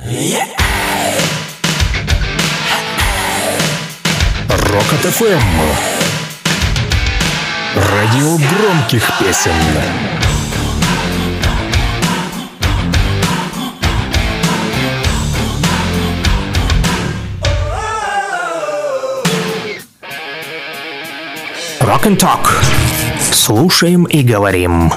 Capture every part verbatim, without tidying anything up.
Рокот эф эм. Радио громких песен. Rock and Talk. Слушаем и говорим.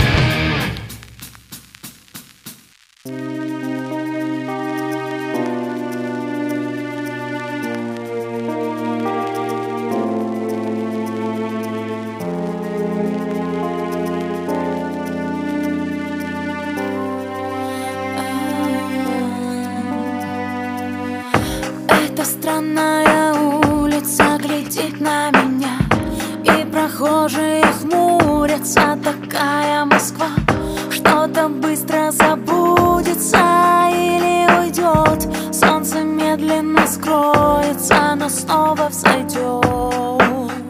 Эта странная улица глядит на меня, и прохожие хмурятся. Такая Москва, что-то быстро забудется или уйдет. Солнце медленно скроется, но снова взойдет.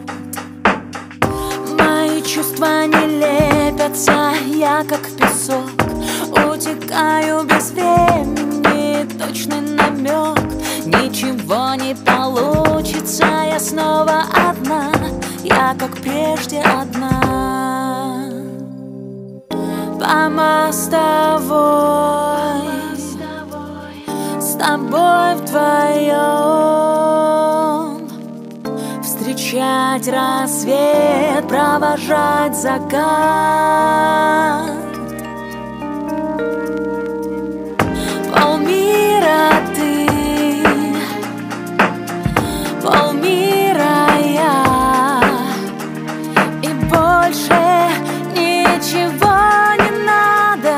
Мои чувства не лепятся, я как песок утекаю без времени, точный намек. Ничего не получится, я снова одна, я как прежде одна. По мостовой с тобой вдвоем встречать рассвет, провожать закат. Полмира ты, полмира я, и больше ничего не надо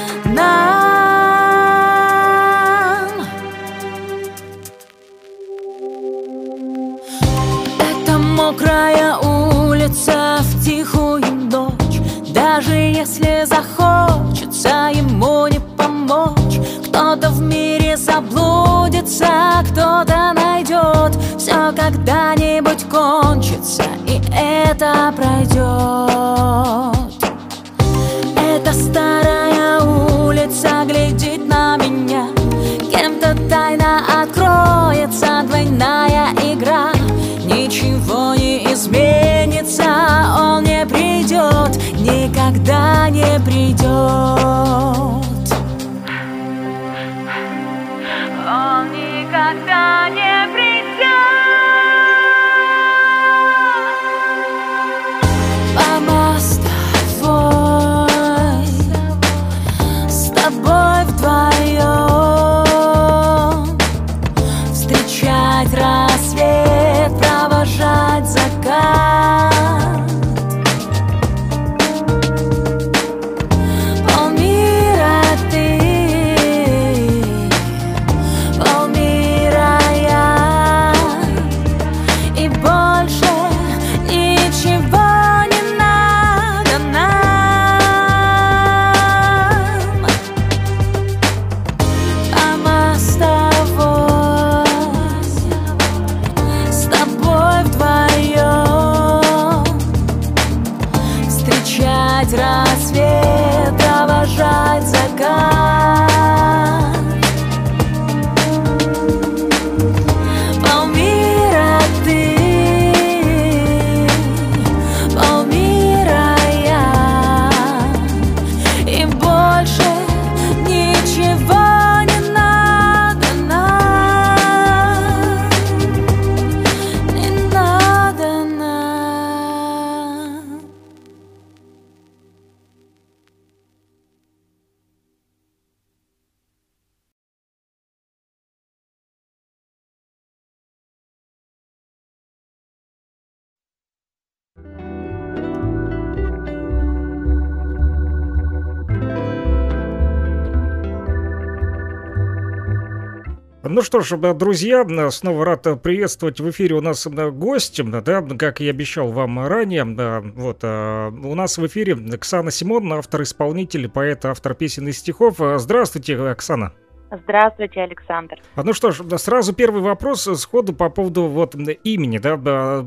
нам. Это мокрая улица в тихую ночь, даже если захочется ему не помочь. Кто-то в мире заблудится, кто-то найдет. Все когда-нибудь кончится, и это пройдет. Эта старая улица глядит на меня, кем-то тайна откроется, двойная игра. Ничего не изменится, он не придет, никогда не придет. Он никогда не придет. По мостовой с тобой вдвоем встречать рассвет, провожать закат. Полмира ты, полмира я, и больше ничего не надо нам. По мостовой с тобой вдвоем встречать рассвет, провожать закат. Полмира ты, полмира я, и больше ничего не надо нам, не надо нам. Ну что ж, друзья, снова рад приветствовать в эфире у нас гость, да, как я обещал вам ранее. Вот, у нас в эфире Оксана Симон, автор-исполнитель, поэт, автор песен и стихов. Здравствуйте, Оксана. Здравствуйте, Александр. Ну что ж, сразу первый вопрос сходу по поводу вот имени, да,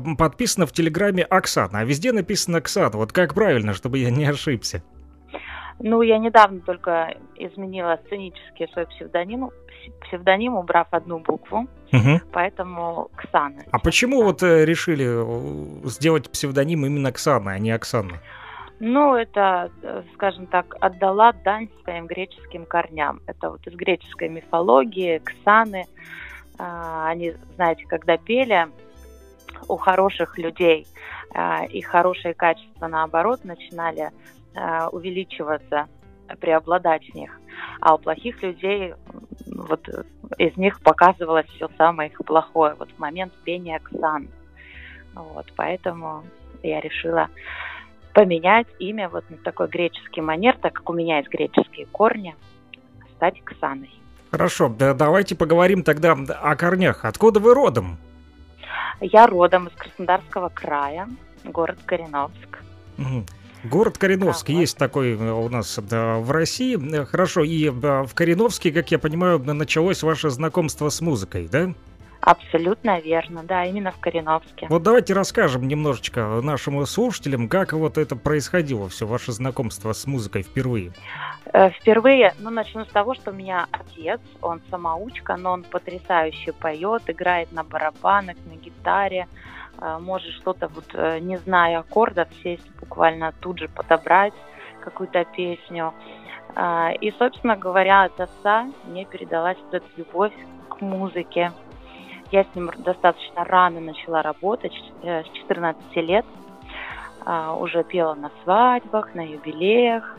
подписано в Телеграме Оксана, а везде написано Оксана. Вот как правильно, чтобы я не ошибся? Ну, я недавно только изменила сценический свой псевдоним, псевдоним, убрав одну букву, Мгм. поэтому Ксана. А почему вот э, решили э, сделать псевдоним именно Ксана, а не Оксана? Ну, это, э, скажем так, отдала дань своим греческим корням. Это вот из греческой мифологии, Ксаны. А, Они, знаете, когда пели, у хороших людей а, их хорошие качества, наоборот, начинали а, увеличиваться, преобладать в них. А у плохих людей м, вот э, из них показывалось все самое их плохое вот в момент пения Ксан. Вот, поэтому я решила поменять имя вот на такой греческий манер, так как у меня есть греческие корни, стать Ксаной. Хорошо, да, давайте поговорим тогда о корнях. Откуда вы родом? Я родом из Краснодарского края, город Кореновск. Мгм. Город Кореновск, Да, вот. есть такой э, у нас да, в России. Э, Хорошо, и да, в Кореновске, как я понимаю, н- началось ваше знакомство с музыкой, да? Абсолютно верно, да, именно в Кореновске. Вот давайте расскажем немножечко нашим слушателям, как вот это происходило, все ваше знакомство с музыкой впервые. Э, Впервые, ну, начну с того, что у меня отец, он самоучка, но он потрясающе поет, играет на барабанах, на гитаре, э, может что-то, вот, э, не зная аккордов, сесть буквально тут же подобрать какую-то песню. А, И, собственно говоря, от отца мне передалась вот эта любовь к музыке. Я с ним достаточно рано начала работать, ч- э, с четырнадцати лет. А, Уже пела на свадьбах, на юбилеях.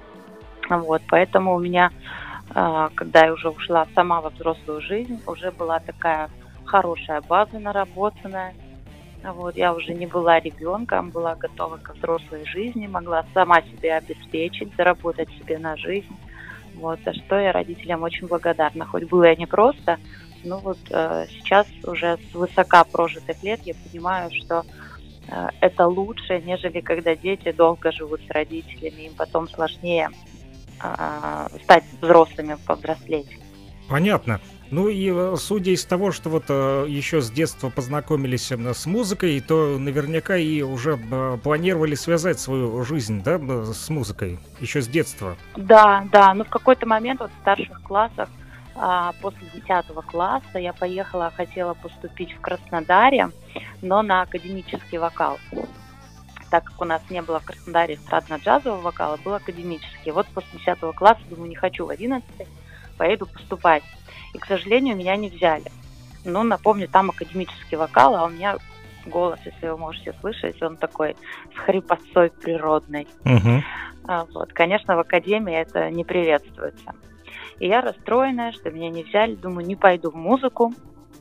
Вот, поэтому у меня, а, когда я уже ушла сама во взрослую жизнь, уже была такая хорошая база наработанная. Вот, я уже не была ребенком, была готова к взрослой жизни, могла сама себя обеспечить, заработать себе на жизнь. Вот, за что я родителям очень благодарна. Хоть было и непросто, но вот э, сейчас уже с высока прожитых лет я понимаю, что э, это лучше, нежели когда дети долго живут с родителями, им потом сложнее а, стать взрослыми, повзрослеть. Понятно. Ну и э, судя из того, что вот э, еще с детства познакомились э, с музыкой, то наверняка и уже э, планировали связать свою жизнь, да, б- с музыкой, еще с детства. Да, да, но в какой-то момент вот в старших классах, а, после десятого класса я поехала, хотела поступить в Краснодаре, но на академический вокал. Так как у нас не было в Краснодаре эстрадно-джазового вокала, был академический. Вот после десятого класса думаю, не хочу в одиннадцатый, поеду поступать. И, к сожалению, меня не взяли. Ну, напомню, там академический вокал, а у меня голос, если вы можете слышать, он такой с хрипотцой природной. Угу. А, Вот, конечно, в академии это не приветствуется. И я расстроенная, что меня не взяли, думаю, не пойду в музыку,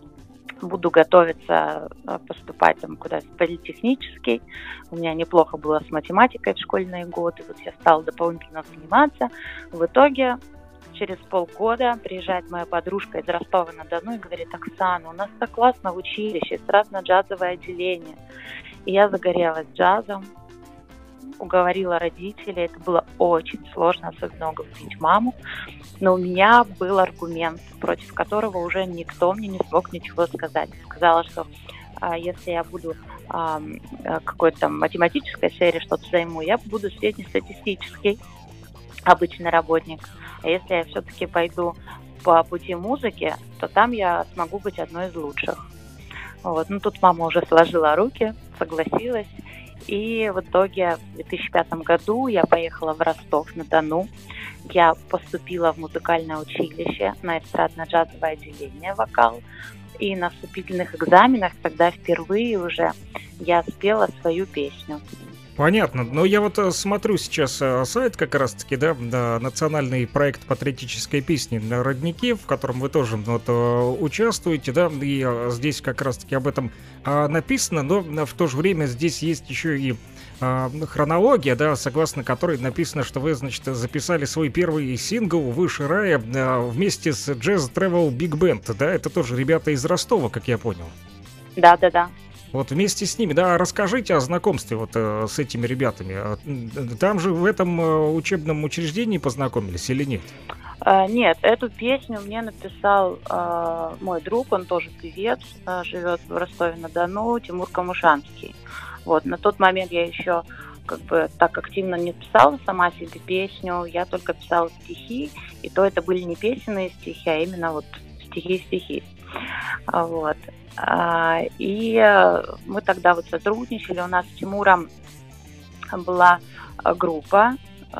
буду готовиться а, поступать там куда-то в политехнический. У меня неплохо было с математикой в школьные годы, вот я стала дополнительно заниматься. В итоге через полгода приезжает моя подружка из Ростова-на-Дону и говорит: Оксана, у нас так классно в училище, эстрадно-джазовое отделение. И я загорелась джазом, уговорила родителей. Это было очень сложно, особенно уговорить маму. Но у меня был аргумент, против которого уже никто мне не смог ничего сказать. Сказала, что а, если я буду а, какой-то там математической сфере что-то займу, я буду среднестатистический обычный работник. А если я все-таки пойду по пути музыки, то там я смогу быть одной из лучших. Вот. Ну, тут мама уже сложила руки, согласилась. И в итоге в две тысячи пятом году я поехала в Ростов-на-Дону. Я поступила в музыкальное училище на эстрадно-джазовое отделение вокал. И на вступительных экзаменах тогда впервые уже я спела свою песню. Понятно. Но я вот э, смотрю сейчас э, сайт как раз-таки, да, да, национальный проект патриотической песни на «Родники», в котором вы тоже вот э, участвуете, да, и э, здесь как раз-таки об этом э, написано, но э, в то же время здесь есть еще и э, хронология, да, согласно которой написано, что вы, значит, записали свой первый сингл «Выше рая» э, вместе с Jazz Travel Big Band, да, это тоже ребята из Ростова, как я понял. Да-да-да. Вот вместе с ними, да, расскажите о знакомстве вот э, с этими ребятами. А, м, Там же в этом э, учебном учреждении познакомились или нет? Э, Нет, эту песню мне написал э, мой друг, он тоже певец, э, живет в Ростове-на-Дону, Тимур Камушанский. Вот, на тот момент я еще как бы так активно не писала сама себе песню, я только писала стихи, и то это были не песенные стихи, а именно вот стихи-стихи. Вот. И мы тогда вот сотрудничали, у нас с Тимуром была группа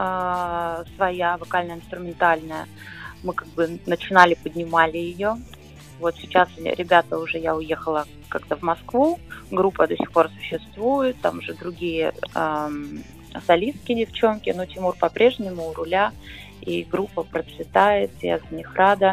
своя, вокально-инструментальная, мы как бы начинали, поднимали ее. Вот сейчас ребята уже, я уехала как-то в Москву, группа до сих пор существует, там уже другие эм, солистки, девчонки, но Тимур по-прежнему у руля, и группа процветает, я за них рада.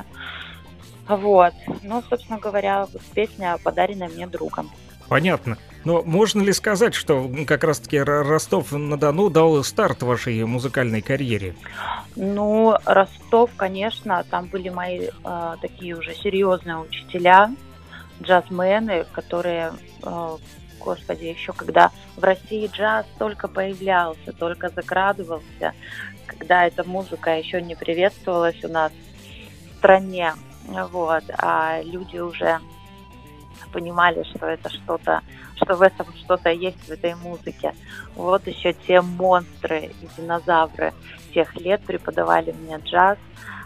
Вот, ну, собственно говоря, вот песня, подаренная мне другом. Понятно. Но можно ли сказать, что как раз-таки Ростов-на-Дону дал старт вашей музыкальной карьере? Ну, Ростов, конечно, там были мои э, такие уже серьезные учителя, джазмены, которые, э, господи, еще когда в России джаз только появлялся, только закрадывался, когда эта музыка еще не приветствовалась у нас в стране, вот, а люди уже понимали, что это что-то, что в этом что-то есть в этой музыке. Вот еще те монстры и динозавры тех лет преподавали мне джаз.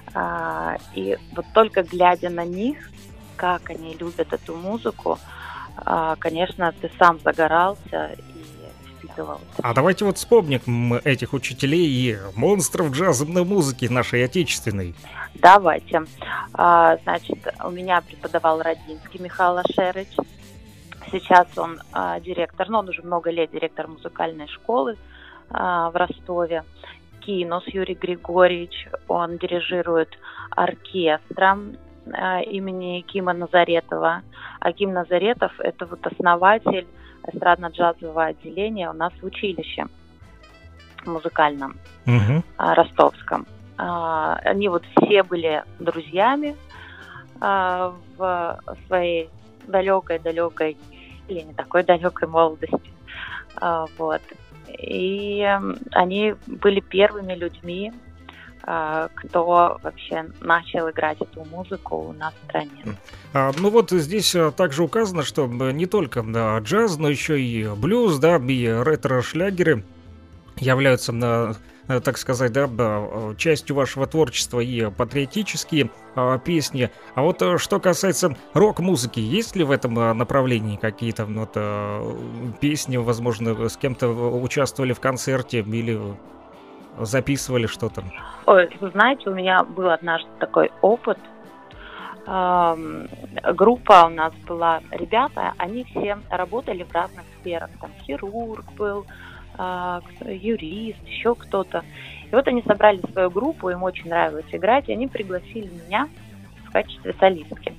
А, и вот только глядя на них, как они любят эту музыку, а, конечно, ты сам загорался и впитывал. А давайте вот вспомним этих учителей и монстров джазовой музыки нашей отечественной. Давайте. А, значит, у меня преподавал Родинский Михаил Ашерыч. Сейчас он а, директор, ну, он уже много лет директор музыкальной школы а, в Ростове. Кинус Юрий Григорьевич, он дирижирует оркестром а, имени Кима Назаретова. А Ким Назаретов – это вот основатель эстрадно-джазового отделения у нас в училище музыкальном, угу. а, ростовском. Они вот все были друзьями а, в своей далекой-далекой, или не такой далекой молодости. А, вот. И они были первыми людьми, а, кто вообще начал играть эту музыку у нас в стране. А, ну вот здесь также указано, что не только да, джаз, но еще и блюз, да, и ретро-шлягеры являются на... так сказать, да, частью вашего творчества и патриотические а, песни. А вот что касается рок-музыки, есть ли в этом направлении какие-то вот, а, песни, возможно, с кем-то участвовали в концерте или записывали что-то? Ой, вы знаете, у меня был однажды такой опыт. Эм, группа у нас была, ребята, они все работали в разных сферах. Там хирург был, юрист, еще кто-то. И вот они собрали свою группу, им очень нравилось играть, и они пригласили меня в качестве солистки.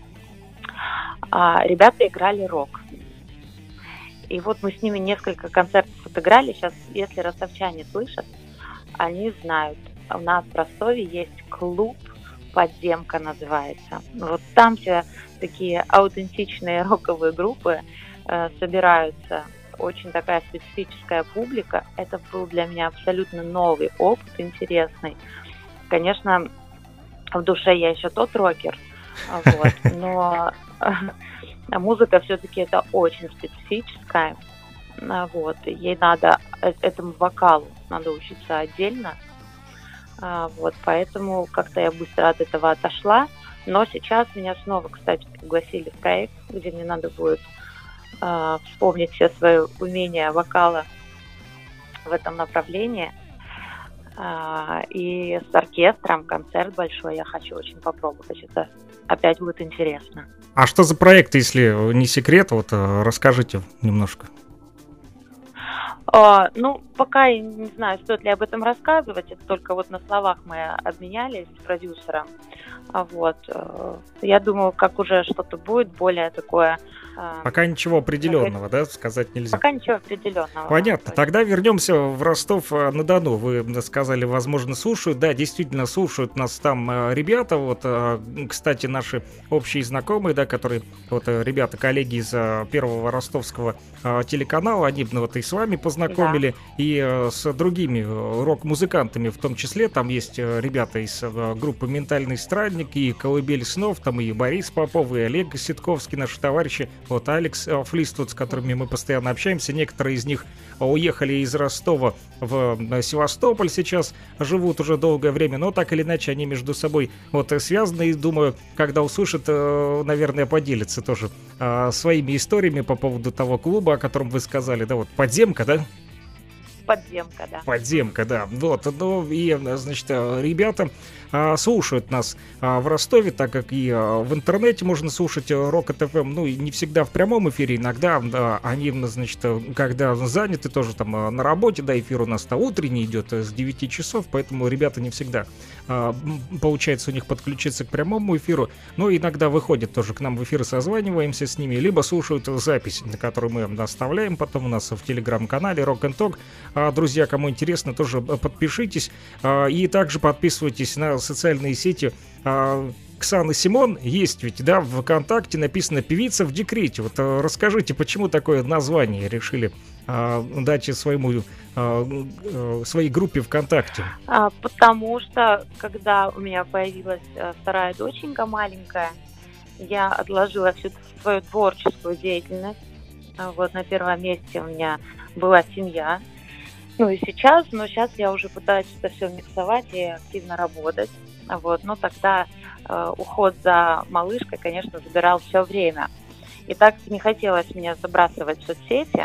А ребята играли рок. И вот мы с ними несколько концертов отыграли. Сейчас, если ростовчане слышат, они знают. У нас в Ростове есть клуб «Подземка» называется. Вот там все такие аутентичные роковые группы э, собираются. Очень такая специфическая публика. Это был для меня абсолютно новый опыт, интересный. Конечно, в душе я еще тот рокер, вот, но музыка все-таки это очень специфическая. Вот, ей надо, этому вокалу надо учиться отдельно. Вот, поэтому как-то я быстро от этого отошла. Но сейчас меня снова, кстати, пригласили в проект, где мне надо будет вспомнить все свои умения вокала в этом направлении. И с оркестром концерт большой я хочу очень попробовать. Это опять будет интересно. А что за проект, если не секрет? Вот расскажите немножко. А, ну, пока я не знаю, стоит ли об этом рассказывать. Это только вот на словах мы обменялись с продюсером. Вот. Я думаю, как уже что-то будет более такое... Пока ничего определенного, да, сказать нельзя? Пока ничего определенного. Понятно. Тогда вернемся в Ростов-на-Дону. Вы сказали, возможно, слушают. Да, действительно, слушают нас там ребята. Вот, кстати, наши общие знакомые, да, которые, вот, ребята, коллеги из первого ростовского телеканала, они вот и с вами познакомили, да. И с другими рок-музыкантами в том числе. Там есть ребята из группы «Ментальный страйк», «Посланник», и «Колыбель снов», там и Борис Попов, и Олег Ситковский, наши товарищи, вот Алекс Флиствуд, с которыми мы постоянно общаемся. Некоторые из них уехали из Ростова в Севастополь, сейчас живут уже долгое время, но так или иначе они между собой вот связаны, и думаю, когда услышат, наверное, поделятся тоже своими историями по поводу того клуба, о котором вы сказали, да, вот «Подземка», да? Подземка, да. Подземка, да. Вот, ну и, значит, ребята а, слушают нас а, в Ростове, так как и а, в интернете можно слушать Rocket эф эм, ну и не всегда в прямом эфире, иногда а, они, значит, когда заняты тоже там а, на работе, да, эфир у нас-то утренний идет с девяти часов, поэтому ребята не всегда а, получается у них подключиться к прямому эфиру, но иногда выходят тоже к нам в эфир, созваниваемся с ними, либо слушают запись, на которую мы оставляем потом у нас в телеграм-канале Rock and Talk. А, друзья, кому интересно, тоже подпишитесь а, и также подписывайтесь на социальные сети. а, Ксана Симон есть ведь, да, в ВКонтакте написано «Певица в декрете». Вот а, расскажите, почему такое название решили а, дать своему, а, а, своей группе ВКонтакте? А, потому что, когда у меня появилась а, вторая доченька маленькая, я отложила всю свою творческую деятельность. А, вот на первом месте у меня была семья. Ну и сейчас, но сейчас я уже пытаюсь это все миксовать и активно работать. Вот, но тогда э, уход за малышкой, конечно, забирал все время. И так не хотелось мне забрасывать в соцсети,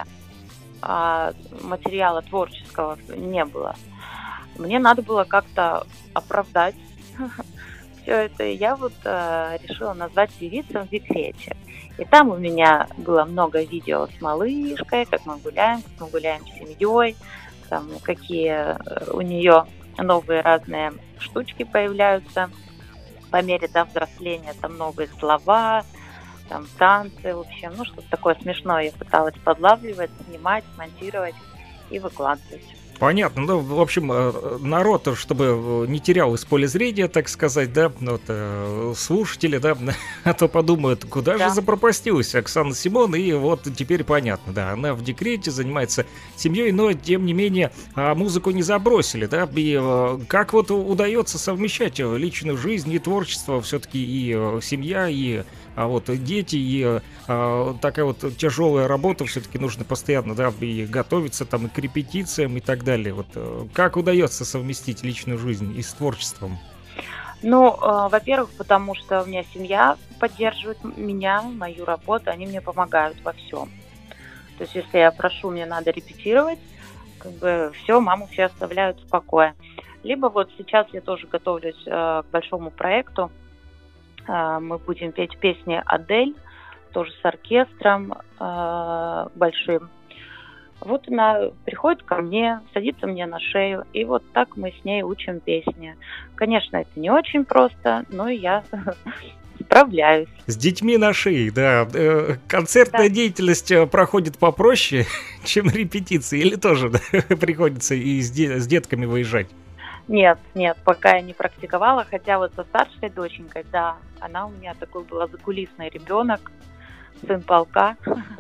а материала творческого не было. Мне надо было как-то оправдать все это. И я вот э, решила назвать «Певицу в декрете». И там у меня было много видео с малышкой, как мы гуляем, как мы гуляем с семьей, там, какие у нее новые разные штучки появляются по мере, да, взросления, там новые слова, там танцы, в общем, ну что-то такое смешное я пыталась подлавливать, снимать, монтировать и выкладывать. Понятно, ну, в общем, народ, чтобы не терял из поля зрения, так сказать, да, вот, слушатели, да, а то подумают, куда да. же запропастилась Оксана Симон, и вот теперь понятно, да, она в декрете, занимается семьей, но, тем не менее, музыку не забросили, да, и как вот удается совмещать личную жизнь и творчество, все-таки и семья, и а вот дети, и а, такая вот тяжелая работа, все-таки нужно постоянно, да, и готовиться там и к репетициям и так далее. Вот как удается совместить личную жизнь и с творчеством? Ну, э, во-первых, потому что у меня семья поддерживает меня, мою работу, они мне помогают во всем. То есть, если я прошу, мне надо репетировать, как бы все, маму все оставляют в покое. Либо вот сейчас я тоже готовлюсь э, к большому проекту. Мы будем петь песни Адель, тоже с оркестром э, большим. Вот она приходит ко мне, садится мне на шею, и вот так мы с ней учим песни. Конечно, это не очень просто, но я справляюсь. С детьми на шее, да. Концертная да. деятельность проходит попроще, чем репетиции, или тоже да, приходится и с, де- с детками выезжать? Нет, нет, пока я не практиковала, хотя вот со старшей доченькой, да, она у меня такой была закулисный ребенок, сын полка,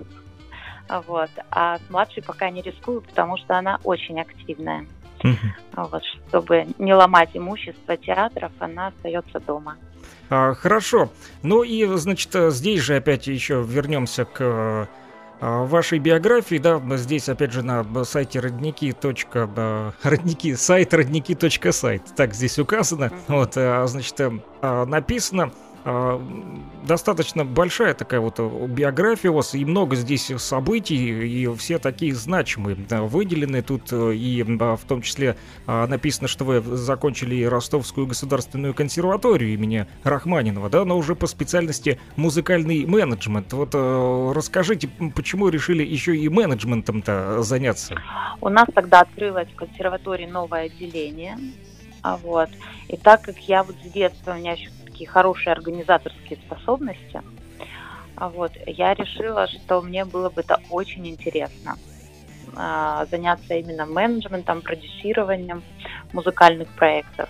вот, а с младшей пока не рискую, потому что она очень активная, вот, чтобы не ломать имущество театров, она остается дома. А, хорошо, ну и, значит, здесь же опять еще вернемся к вашей биографии, да, здесь опять же на сайте родники. Родники, сайт родники точка сайт, так здесь указано, вот, значит, написано. Достаточно большая такая вот биография у вас, и много здесь событий, и все такие значимые, выделены тут, и в том числе написано, что вы закончили Ростовскую государственную консерваторию имени Рахманинова, да, но уже по специальности музыкальный менеджмент. Вот расскажите, почему решили еще и менеджментом-то заняться? У нас тогда открылось в консерватории новое отделение, вот, и так как я вот с детства, у меня еще такие хорошие организаторские способности, вот, я решила, что мне было бы это очень интересно, а, заняться именно менеджментом, продюсированием музыкальных проектов.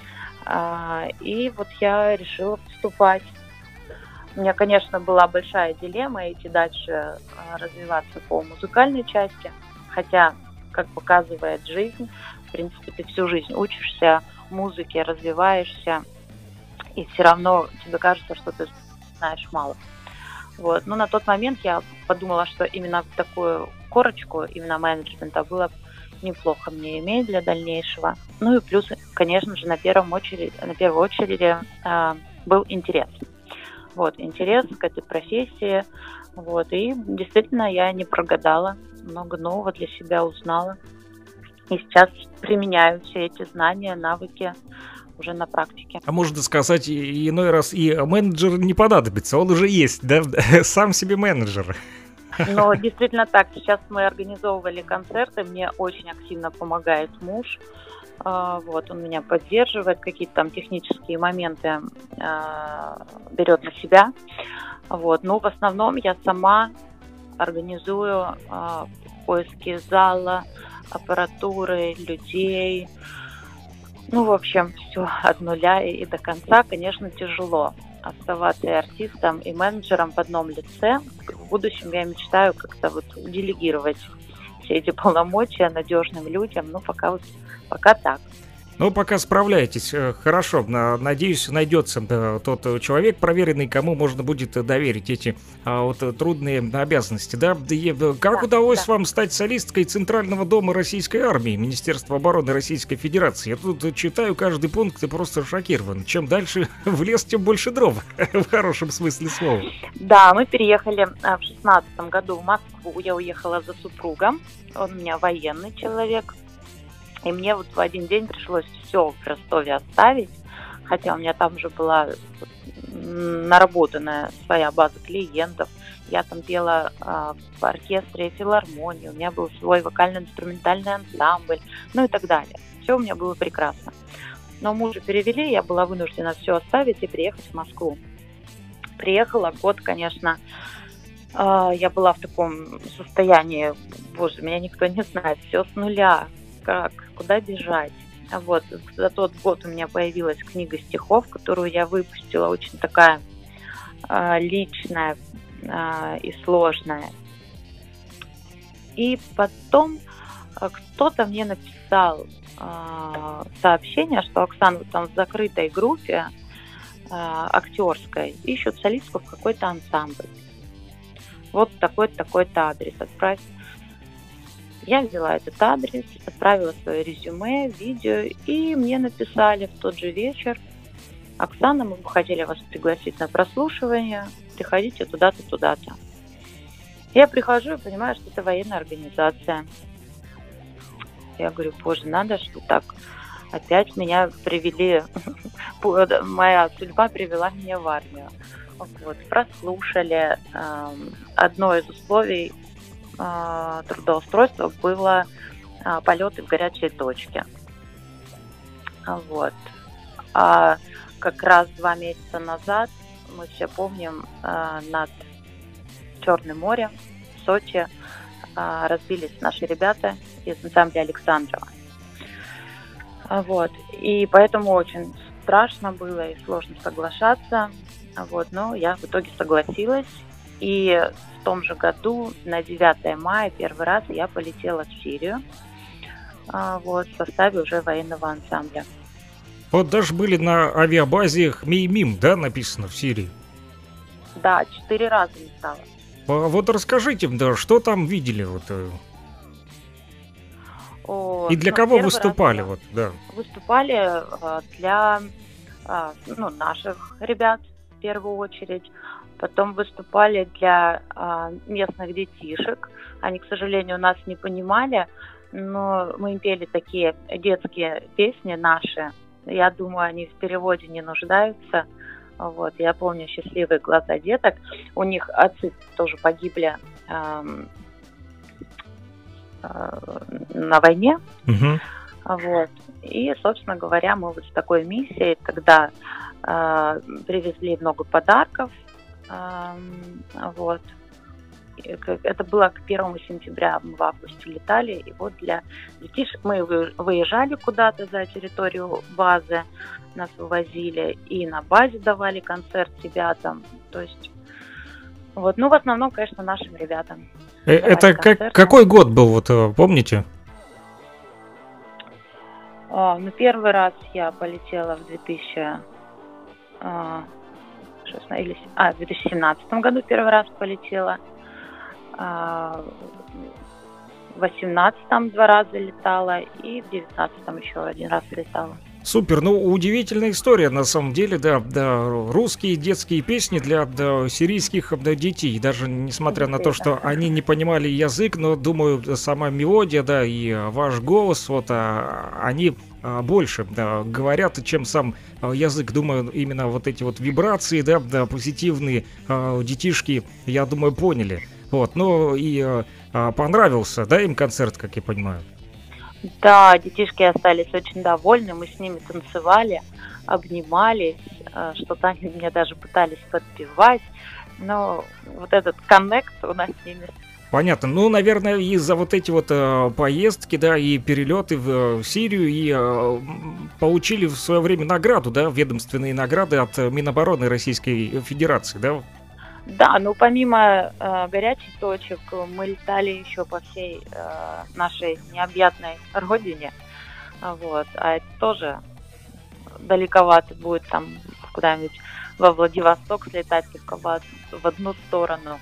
А, и вот я решила поступать. У меня, конечно, была большая дилемма идти дальше а, развиваться по музыкальной части, хотя, как показывает жизнь, в принципе, ты всю жизнь учишься музыке, развиваешься. и все равно тебе кажется, что ты знаешь мало. Вот. Но на тот момент я подумала, что именно такую корочку, именно менеджмента, было неплохо мне иметь для дальнейшего. Ну и плюс, конечно же, на первом очередь, на первой очереди э, был интерес. Вот, интерес к этой профессии. Вот, и действительно я не прогадала, много нового для себя узнала. И сейчас применяю все эти знания, навыки уже на практике. А можно сказать, и иной раз и менеджер не понадобится, он уже есть, да? Сам себе менеджер. Но действительно так. Сейчас мы организовывали концерты, мне очень активно помогает муж. Вот, он меня поддерживает, какие-то там технические моменты берет на себя. Вот, но в основном я сама организую поиски зала, аппаратуры, людей. Ну, в общем, все от нуля и до конца, конечно, тяжело оставаться и артистом, и менеджером в одном лице. В будущем я мечтаю как-то вот делегировать все эти полномочия надежным людям, но пока вот пока так. Ну, пока справляетесь, хорошо. Надеюсь, найдется тот человек проверенный, кому можно будет доверить эти вот трудные обязанности. Да? Как да, удалось да. вам стать солисткой Центрального дома Российской армии, Министерства обороны Российской Федерации? Я тут читаю каждый пункт и просто шокирован. Чем дальше в лес, тем больше дров, в хорошем смысле слова. Да, мы переехали в шестнадцатом году в Москву. Я уехала за супругом. Он у меня военный человек. И мне вот в один день пришлось все в Ростове оставить, хотя у меня там уже была наработанная своя база клиентов. Я там пела э, в оркестре филармонии, у меня был свой вокально-инструментальный ансамбль, ну и так далее. Все у меня было прекрасно. Но мужа перевели, я была вынуждена все оставить и приехать в Москву. Приехала, год, конечно, э, я была в таком состоянии, боже, меня никто не знает, все с нуля. Как, куда бежать. Вот. За тот год у меня появилась книга стихов, которую я выпустила, очень такая э, личная э, и сложная. И потом э, кто-то мне написал э, сообщение, что Оксана, там в закрытой группе э, актерской ищут солистку в какой-то ансамбль. Вот такой-то, такой-то адрес отправь. Я взяла этот адрес, отправила свое резюме, видео, и мне написали в тот же вечер: Оксана, мы бы хотели вас пригласить на прослушивание, приходите туда-то, туда-то. Я прихожу и понимаю, что это военная организация. Я говорю, боже, надо, что так опять меня привели, моя судьба привела меня в армию. Вот, прослушали. Одно из условий трудоустройства было а, полеты в горячие точки. Вот. А как раз два месяца назад, мы все помним, а, над Черным морем, в Сочи, а, разбились наши ребята из ансамбля Александрова. Вот. И поэтому очень страшно было и сложно соглашаться. Вот. Но я в итоге согласилась. И в том же году, на девятое мая, первый раз я полетела в Сирию, вот, в составе уже военного ансамбля. Вот даже были на авиабазе Хмеймим, да, написано в Сирии? Да, четыре раза не стало. А вот расскажите, да, что там видели? Вот, О, и для ну, кого выступали? Раз, вот, да. Выступали для ну, наших ребят в первую очередь. Потом выступали для а, местных детишек. Они, к сожалению, нас не понимали, но мы им пели такие детские песни наши. Я думаю, они в переводе не нуждаются. Вот. Я помню «Счастливые глаза деток». У них отцы тоже погибли э, э, на войне. Угу. Вот. И, собственно говоря, мы вот с такой миссией тогда э, привезли много подарков. Вот. Это было к первому сентября, мы в августе летали, и вот для детишек мы выезжали куда-то за территорию базы, нас вывозили, и на базе давали концерт ребятам, то есть вот, ну в основном, конечно, нашим ребятам. Это как, какой год был, вот помните? А, ну первый раз я полетела в две тысячи э, шестнадцатом или, а, в две тысячи семнадцатом году первый раз полетела. Э, в восемнадцатом два раза летала и в девятнадцатом еще один раз летала. Супер, ну удивительная история на самом деле, да, да, русские детские песни для да, сирийских да, детей, даже несмотря на то, что они не понимали язык, но думаю, сама мелодия, да, и ваш голос, вот, а, они а, больше да, говорят, чем сам а, язык, думаю, именно вот эти вот вибрации, да, да позитивные а, детишки, я думаю, поняли, вот, ну и а, понравился, да, им концерт, как я понимаю. Да, детишки остались очень довольны, мы с ними танцевали, обнимались, что-то они мне даже пытались подпевать, но вот этот коннект у нас с ними. Понятно, ну, наверное, из-за вот эти вот э, поездки, да, и перелеты в, в Сирию, и э, получили в свое время награду, да, ведомственные награды от Минобороны Российской Федерации, да? Да, ну помимо э, горячих точек мы летали еще по всей э, нашей необъятной родине, вот, а это тоже далековато будет там куда-нибудь во Владивосток слетать только в, в одну сторону,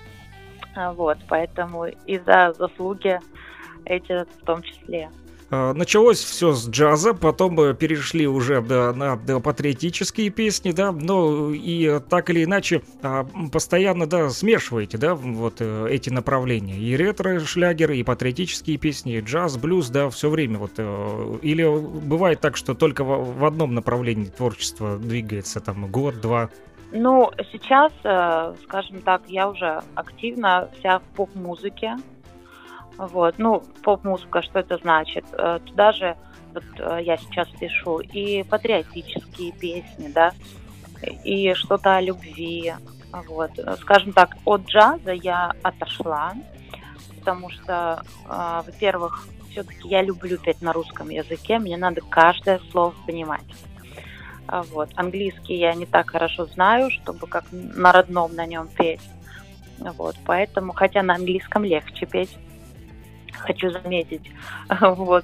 вот, поэтому и за заслуги эти в том числе. Началось все с джаза, потом перешли уже да, на да, патриотические песни, да, но и так или иначе постоянно да, смешиваете, да, вот эти направления, и ретро-шлягеры, и патриотические песни, и джаз, блюз, да, все время вот, или бывает так, что только в, в одном направлении творчество двигается, там, год-два? Ну, сейчас, скажем так, я уже активна вся в поп-музыке. Вот, ну, поп-музыка, что это значит? Туда же вот, я сейчас пишу и патриотические песни, да, и что-то о любви. Вот, скажем так, от джаза я отошла, потому что, э, во-первых, все-таки я люблю петь на русском языке, мне надо каждое слово понимать. Вот, английский я не так хорошо знаю, чтобы как на родном на нем петь. Вот, поэтому, хотя на английском легче петь. Хочу заметить, вот,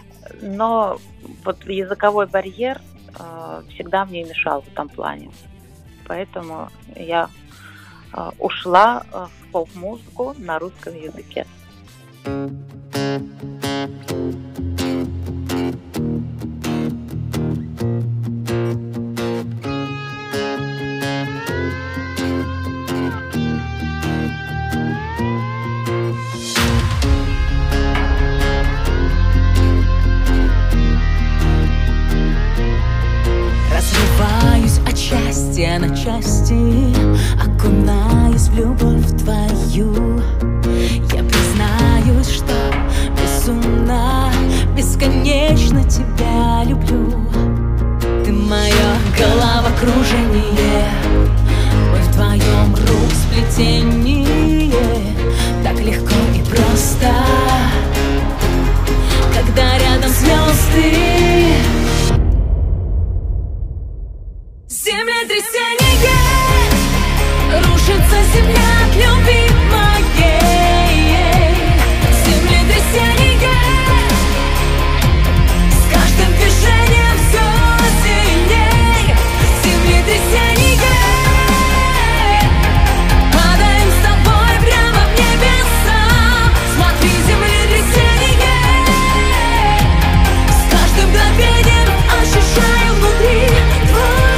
но вот языковой барьер э, всегда мне мешал в этом плане, поэтому я э, ушла э, в поп-музыку на русском языке. Счастье на части, окунаюсь в любовь твою. Я признаюсь, что безумно, бесконечно тебя люблю. Ты мое головокружение, мы вдвоем рук сплетение. Так легко и просто, когда рядом звезды. Землетрясение, рушится земля от любви моей. Землетрясение, с каждым движением все сильней. Землетрясение, падаем с тобой прямо в небеса. Смотри, землетрясение, с каждым мгновением ощущаю внутри твой.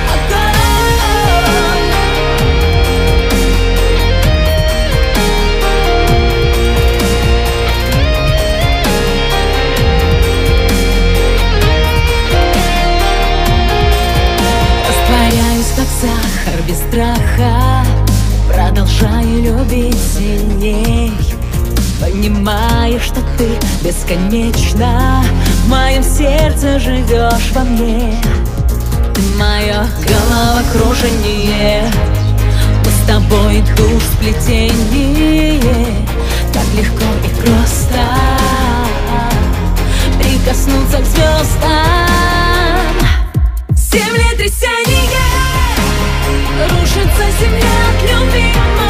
Сахар без страха, продолжаю любить сильней, понимая, что ты бесконечно в моем сердце живешь во мне. Ты мое головокружение, мы с тобой дух сплетение. Так легко и просто прикоснуться к звездам. Землетрясение, рушится земля от любви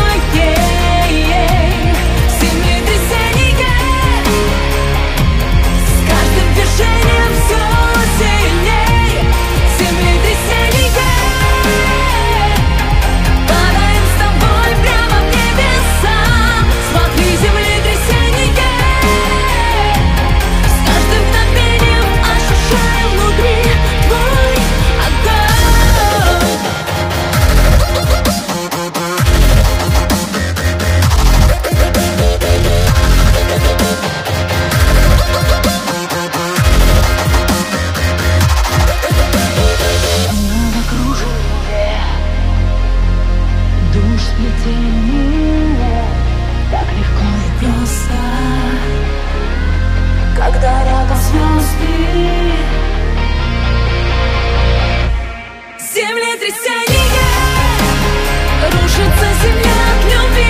моей. Землетрясение, с каждым движением все сильней. Землетрясение, землетрясение, рушится земля от любви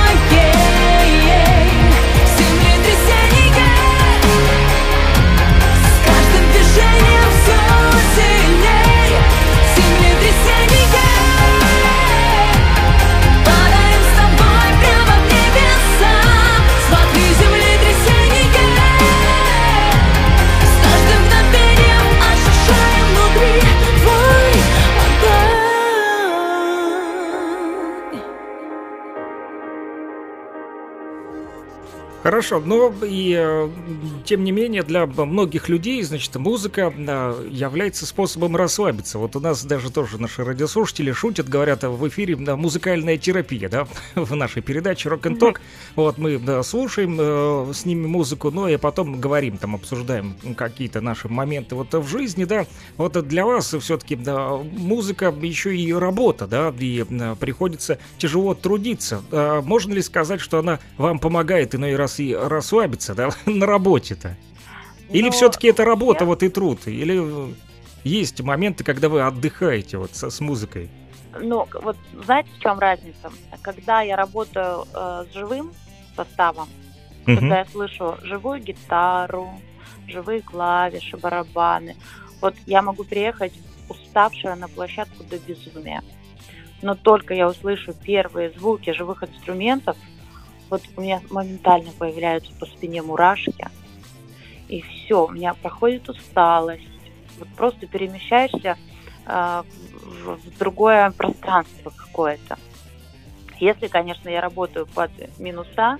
моей. Землетрясение, с каждым движением все сильней. Землетрясение, падаем с тобой прямо в небеса. Смотри, землетрясение, с каждым мгновением ощущаем внутри твой огонь. Хорошо, но и э, тем не менее для многих людей, значит, музыка э, является способом расслабиться. Вот у нас даже тоже наши радиослушатели шутят, говорят в эфире да, музыкальная терапия, да, в нашей передаче Rock and Talk. Вот мы да, слушаем э, с ними музыку, ну и потом говорим, там обсуждаем какие-то наши моменты вот в жизни, да. Вот для вас все-таки да, музыка еще и работа, да, и э, приходится тяжело трудиться. Э, можно ли сказать, что она вам помогает иной раз и расслабиться, да, на работе-то? Или Ну, все-таки это работа, я- вот и труд? Или э, есть моменты, когда вы отдыхаете вот со- с музыкой? Ну, вот знаете, в чем разница? Когда я работаю э, с живым составом, Мгм. когда я слышу живую гитару, живые клавиши, барабаны, вот я могу приехать уставшая на площадку до безумия. Но только я услышу первые звуки живых инструментов, вот у меня моментально появляются по спине мурашки, и все, у меня проходит усталость. Вот просто перемещаешься э, в, в другое пространство какое-то. Если, конечно, я работаю под минуса,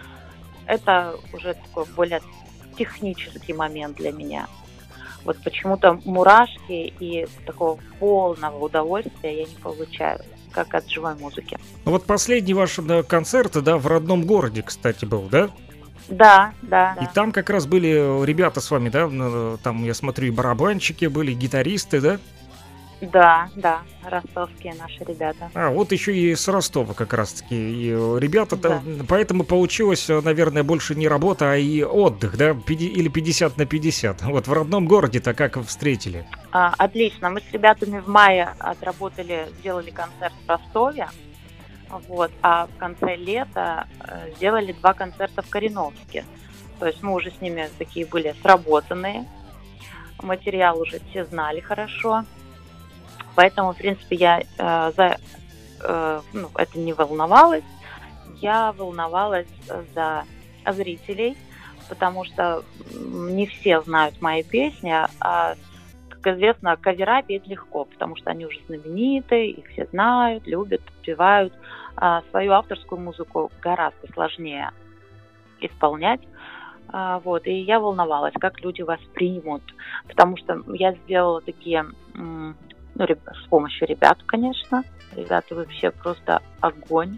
это уже такой более технический момент для меня. Вот почему-то мурашки и такого полного удовольствия я не получаю, как от живой музыки. Ну вот последний ваш да, концерт, да, в родном городе, кстати, был, да? Да, да. И там как раз были ребята с вами, да? Ну, там, я смотрю, и барабанщики были, и гитаристы, да? Да, да, ростовские наши ребята. А, вот еще и с Ростова как раз-таки и э, ребята, Да. поэтому получилось, э, наверное, больше не работа, а и отдых, да? Пяти- или пятьдесят на пятьдесят. Вот в родном городе-то как встретили? А, отлично. Мы с ребятами в мае отработали, сделали концерт в Ростове. Вот, а в конце лета э, сделали два концерта в Кореновске. То есть мы уже с ними такие были сработанные. Материал уже все знали хорошо. Поэтому, в принципе, я э, за э, ну, это не волновалась. Я волновалась за зрителей, потому что м, не все знают мои песни, а, как известно, кавера петь легко, потому что они уже знамениты, их все знают, любят, певают. А свою авторскую музыку гораздо сложнее исполнять. А, вот, и я волновалась, как люди воспримут, потому что я сделала такие, м, ну, реб- с помощью ребят, конечно. Ребята вообще просто огонь.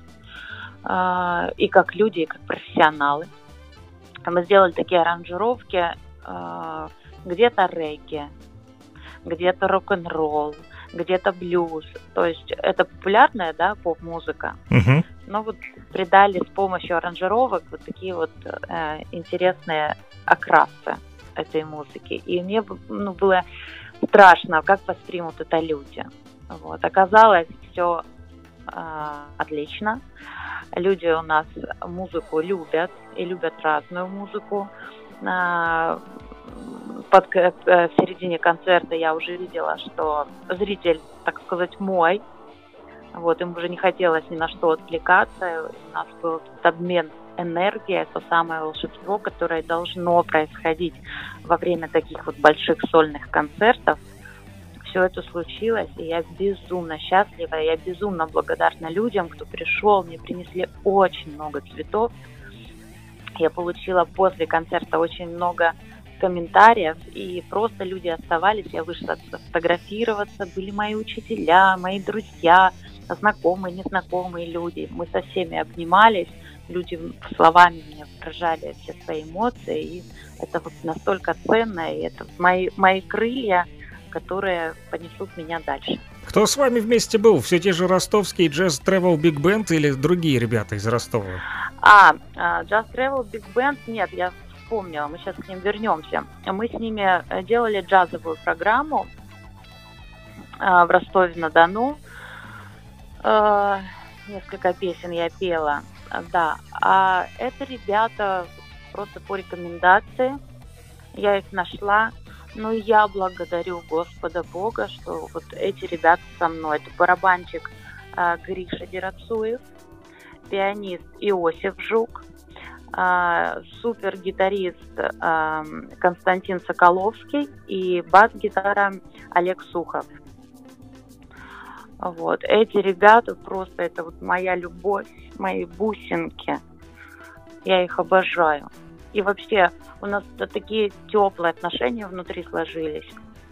А, и как люди, и как профессионалы. Мы сделали такие аранжировки, а, где-то регги, где-то рок-н-ролл, где-то блюз. То есть это популярная, да, поп-музыка. Угу. Но вот придали с помощью аранжировок вот такие вот э, интересные окрасы этой музыки. И мне б- ну, было страшно, как воспримут это люди. Вот. Оказалось, все отлично. Люди у нас музыку любят и любят разную музыку. А, под, к- э, в середине концерта я уже видела, что зритель, так сказать, мой. Вот, им уже не хотелось ни на что отвлекаться. У нас был этот обмен энергией, то самое волшебство, которое должно происходить во время таких вот больших сольных концертов. Все это случилось, и я безумно счастлива, я безумно благодарна людям, кто пришел, мне принесли очень много цветов. Я получила после концерта очень много комментариев, и просто люди оставались, я вышла сфотографироваться, были мои учителя, мои друзья, знакомые, незнакомые люди. Мы со всеми обнимались, люди словами мне выражали все свои эмоции, и это вот настолько ценно, и это мои, мои крылья, которые понесут меня дальше. Кто с вами вместе был? Все те же ростовские Jazz Travel Big Band или другие ребята из Ростова? А, а, Jazz Travel Big Band, нет, я вспомнила, мы сейчас к ним вернемся. Мы с ними делали джазовую программу а, в Ростове-на-Дону. А, Несколько песен я пела, а, да. А это ребята просто по рекомендации. Я их нашла. Ну, и я благодарю Господа Бога, что вот эти ребята со мной. Это барабанщик а, Гриша Дерацуев, пианист Иосиф Жук, а, супер-гитарист а, Константин Соколовский и бас-гитара Олег Сухов. Вот. Эти ребята просто, это вот моя любовь, мои бусинки. Я их обожаю. И вообще у нас такие теплые отношения внутри сложились.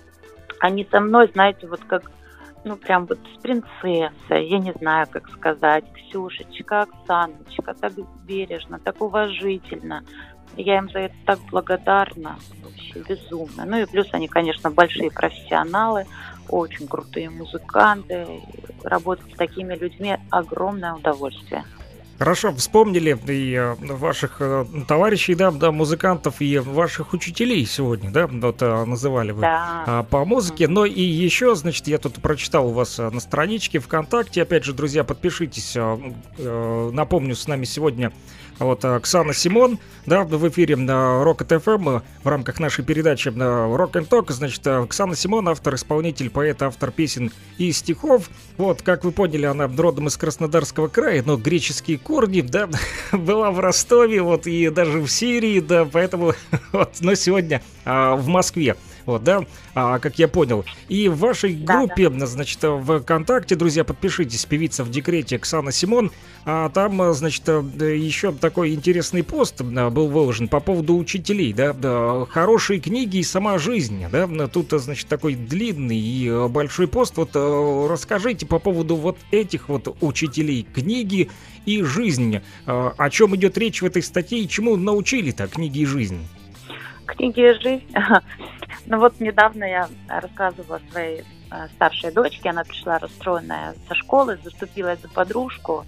Они со мной, знаете, вот как, ну прям вот с принцессой, я не знаю, как сказать, Ксюшечка, Оксаночка, так бережно, так уважительно. Я им за это так благодарна, вообще безумно. Ну и плюс они, конечно, большие профессионалы, очень крутые музыканты. Работать с такими людьми огромное удовольствие. Хорошо, вспомнили и э, ваших э, товарищей, да, да, музыкантов, и ваших учителей сегодня, да, вот э, называли вы Да. э, по музыке. Но и еще, значит, я тут прочитал у вас э, на страничке ВКонтакте. Опять же, друзья, подпишитесь. Э, э, напомню, с нами сегодня вот Оксана Симон, да, в эфире на Rocket эф эм в рамках нашей передачи Rock and Talk. Значит, Оксана Симон, автор, исполнитель, поэт, автор песен и стихов. Вот, как вы поняли, она родом из Краснодарского края, но греческие корни, да, была в Ростове, вот, и даже в Сирии, да, поэтому, вот, но сегодня а, в Москве. Вот, да, а, как я понял. И в вашей группе, да, да. значит, в ВКонтакте, друзья, подпишитесь, певица в декрете Оксана Симон. А там, значит, еще такой интересный пост был выложен по поводу учителей, да, да, хорошие книги и сама жизнь, да. Тут, значит, такой длинный и большой пост. Вот расскажите по поводу вот этих вот учителей, книги и жизнь. О чем идет речь в этой статье и чему научили-то книги и жизнь? Книги и жизнь. Ну вот недавно я рассказывала своей э, старшей дочке, она пришла расстроенная со школы, заступилась за подружку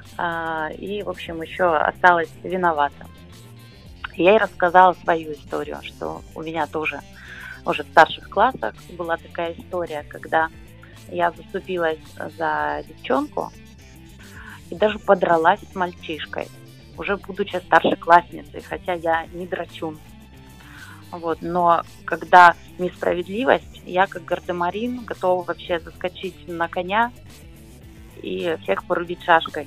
э, и, в общем, еще осталась виновата. Я ей рассказала свою историю, что у меня тоже уже в старших классах была такая история, когда я заступилась за девчонку и даже подралась с мальчишкой, уже будучи старшеклассницей, хотя я не драчун. Вот, но когда несправедливость, я как гардемарин готова вообще заскочить на коня и всех порубить шашкой.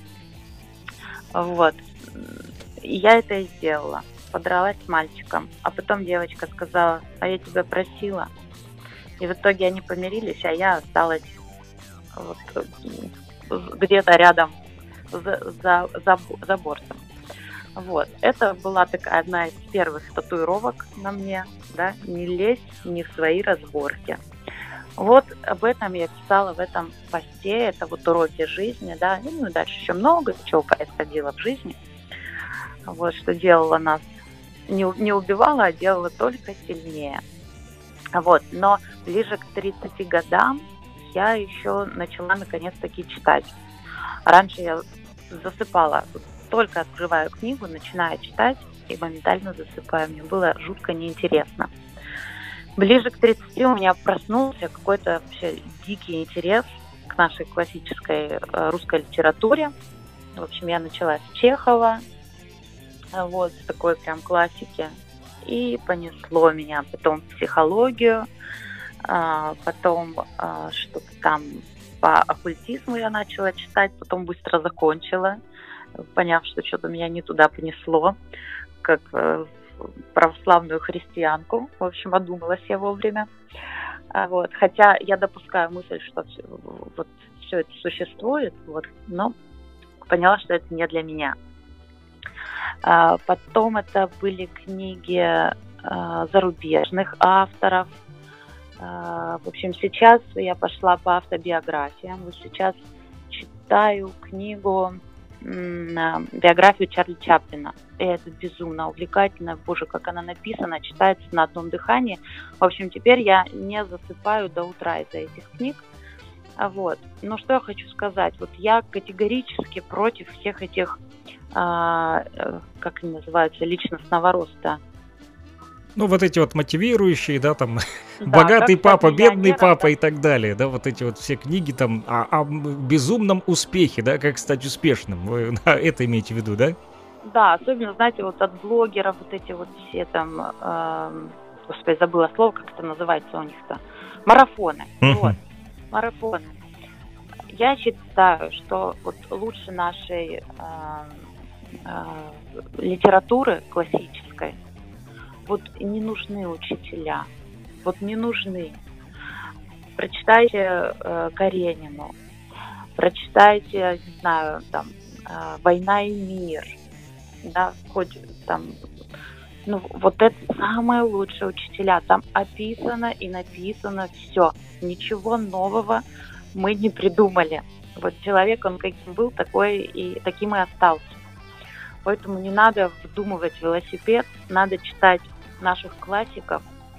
Вот. И я это и сделала. Подралась с мальчиком. А потом девочка сказала: а я тебя просила. И в итоге они помирились, а я осталась вот где-то рядом за, за, за, за бортом. Вот. Это была такая одна из первых татуировок на мне, да, не лезь не в свои разборки. Вот об этом я писала в этом посте, это вот уроки жизни, да, ну и дальше еще много чего происходило в жизни, вот, что делало нас, не, не убивало, а делало только сильнее. Вот, но ближе к тридцати годам я еще начала наконец-таки читать. Раньше я засыпала, только открываю книгу, начинаю читать и моментально засыпаю. Мне было жутко неинтересно. Ближе к тридцати у меня проснулся какой-то вообще дикий интерес к нашей классической русской литературе. В общем, я начала с Чехова, вот, с такой прям классики. И понесло меня потом в психологию, потом что-то там по оккультизму я начала читать, потом быстро закончила, поняв, что что-то меня не туда понесло, как э, православную христианку. В общем, одумалась я вовремя. А, вот. Хотя я допускаю мысль, что все, вот, все это существует, вот, но поняла, что это не для меня. А, потом это были книги а, зарубежных авторов. А, в общем, сейчас я пошла по автобиографиям. Вот сейчас читаю книгу биографию Чарли Чаплина. И это безумно увлекательно. Боже, как она написана, читается на одном дыхании. В общем, теперь я не засыпаю до утра из-за этих книг. Вот. Но что я хочу сказать? Вот я категорически против всех этих, а, как они называются, личностного роста. Ну, вот эти вот мотивирующие, да, там, Да, «Богатый как стать папа», «Бедный миллионером, папа» да. и так далее, да, вот эти вот все книги там о, о безумном успехе, да, как стать успешным. Вы да, это имеете в виду, да? Да, особенно, знаете, вот от блогеров вот эти вот все там, эм, господи, забыла слово, как это называется у них-то, марафоны. Мгм. Вот, марафоны. Я считаю, что вот лучше нашей эм, э, литературы классической вот не нужны учителя, вот не нужны. Прочитайте э, Каренину, прочитайте, не знаю, там э, «Война и мир», да, хоть там, ну вот это самые лучшие учителя, там описано и написано все, ничего нового мы не придумали. Вот человек, он каким был, такой и таким и остался. Поэтому не надо вдумывать велосипед, надо читать наших классиков,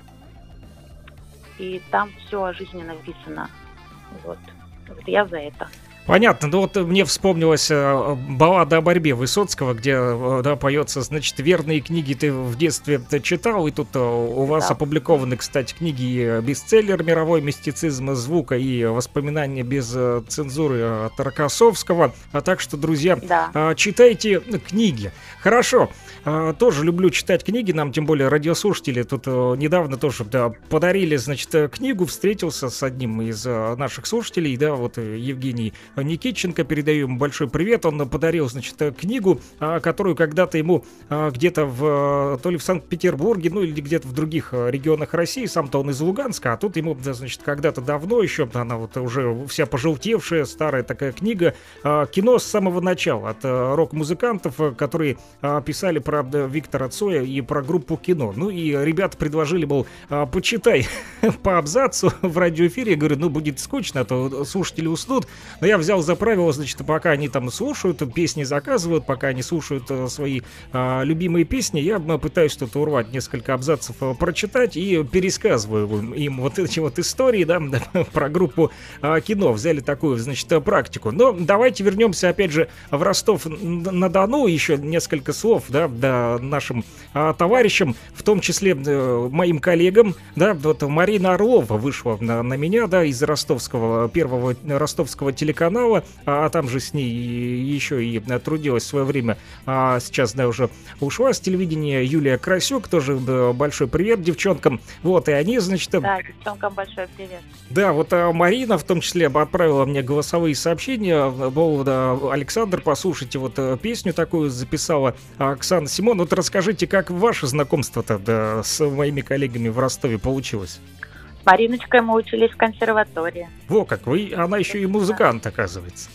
и там все о жизни написано. Вот, вот я за это. Понятно, ну вот мне вспомнилась э, баллада о борьбе Высоцкого, где э, да, поется, значит, верные книги ты в детстве читал, и тут э, у вас Да. опубликованы, кстати, книги э, «Бестселлер. Мировой мистицизм звука» и «Воспоминания без э, цензуры» от Рокоссовского. А так что, друзья, Да. э, читайте книги. Хорошо, э, тоже люблю читать книги, нам тем более радиослушатели тут э, недавно тоже да, подарили, значит, э, книгу, встретился с одним из э, наших слушателей, да, вот э, Евгений Никитченко, передаю ему большой привет. Он подарил, значит, книгу, а, которую когда-то ему а, где-то в, то ли в Санкт-Петербурге, ну или где-то в других а, регионах России, сам-то он из Луганска, а тут ему, да, значит, когда-то давно еще, она вот уже вся пожелтевшая, старая такая книга, а, кино с самого начала от а, рок-музыкантов, а, которые а, писали про да, Виктора Цоя и про группу «Кино». Ну и ребята предложили, мол, а, почитай по абзацу в радиоэфире. Я говорю, ну будет скучно, а то слушатели уснут. Но я взял за правило, значит, пока они там слушают, песни заказывают, пока они слушают э, свои э, любимые песни, я э, пытаюсь что-то урвать, несколько абзацев э, прочитать и пересказываю им, им вот эти вот истории, да, про группу э, «Кино». Взяли такую, значит, э, практику. Но давайте вернемся, опять же, в Ростов-на-Дону. Еще несколько слов, да, да, нашим э, товарищам, в том числе э, моим коллегам, да, вот Марина Орлова вышла на, на меня, да, из ростовского, первого ростовского телеканала, а, а там же с ней еще и трудилась в свое время, а сейчас, да, уже ушла с телевидения Юлия Красюк, тоже да, большой привет девчонкам, вот, и они, значит... Да, девчонкам большой привет. Да, вот а, Марина в том числе отправила мне голосовые сообщения, мол, да, Александр, послушайте, вот а, песню такую записала Оксана Симон, вот расскажите, как ваше знакомство-то да, с моими коллегами в Ростове получилось? С Мариночкой мы учились в консерватории. Во как, вы, она еще и музыкант, оказывается.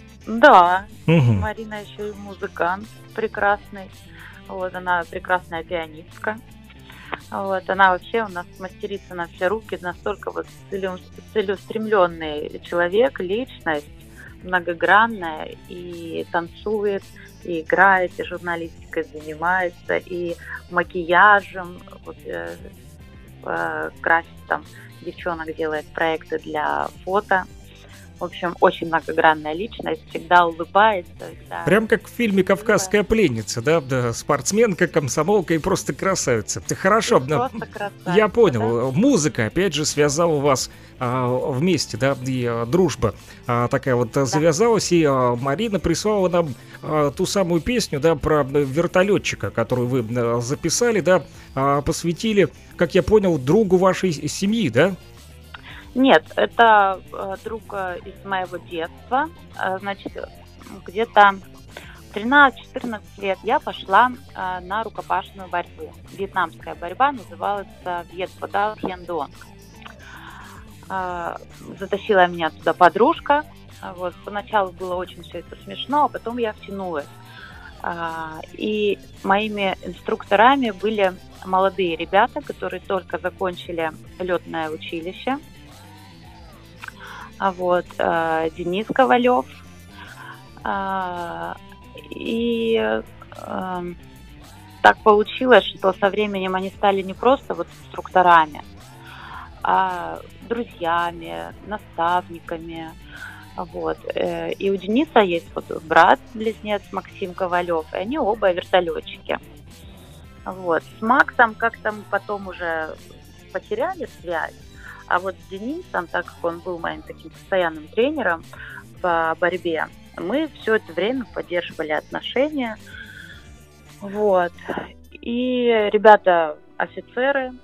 Да, Угу. Марина еще и музыкант прекрасный. Вот, она прекрасная пианистка. Вот, она вообще у нас мастерица на все руки, настолько вот целеу- целеустремленный человек, личность, многогранная, и танцует, и играет, и журналистикой занимается, и макияжем, вот, э, э, красит там девчонок, делает проекты для фото. В общем, очень многогранная личность, всегда улыбается. Всегда... Прям как в фильме «Кавказская пленница», да, да, спортсменка, комсомолка и просто красавица. Ты хорошо, да, Просто красавица, я понял. да? Музыка, опять же, связала вас а, вместе, да, и а, дружба а, такая вот а, завязалась, и а, Марина прислала нам а, ту самую песню, да, про вертолетчика, которую вы а, записали, да, а, посвятили, как я понял, другу вашей семьи, да? Нет, это э, друг э, из моего детства. Э, значит, где-то тринадцать-четырнадцать лет я пошла э, на рукопашную борьбу. Вьетнамская борьба называется Вьет-Подал Хендонг. Э, затащила меня туда подружка. Вот. Поначалу было очень все это смешно, а потом я втянулась. Э, и моими инструкторами были молодые ребята, которые только закончили летное училище. Вот, э, Денис Ковалев. Э, и э, так получилось, что со временем они стали не просто вот инструкторами, а друзьями, наставниками. Вот. Э, и у Дениса есть вот брат-близнец Максим Ковалев, и они оба вертолетчики. Вот. С Максом как-то мы потом уже потеряли связь. А вот с Денисом, так как он был моим таким постоянным тренером по борьбе, мы все это время поддерживали отношения. Вот. И ребята офицеры.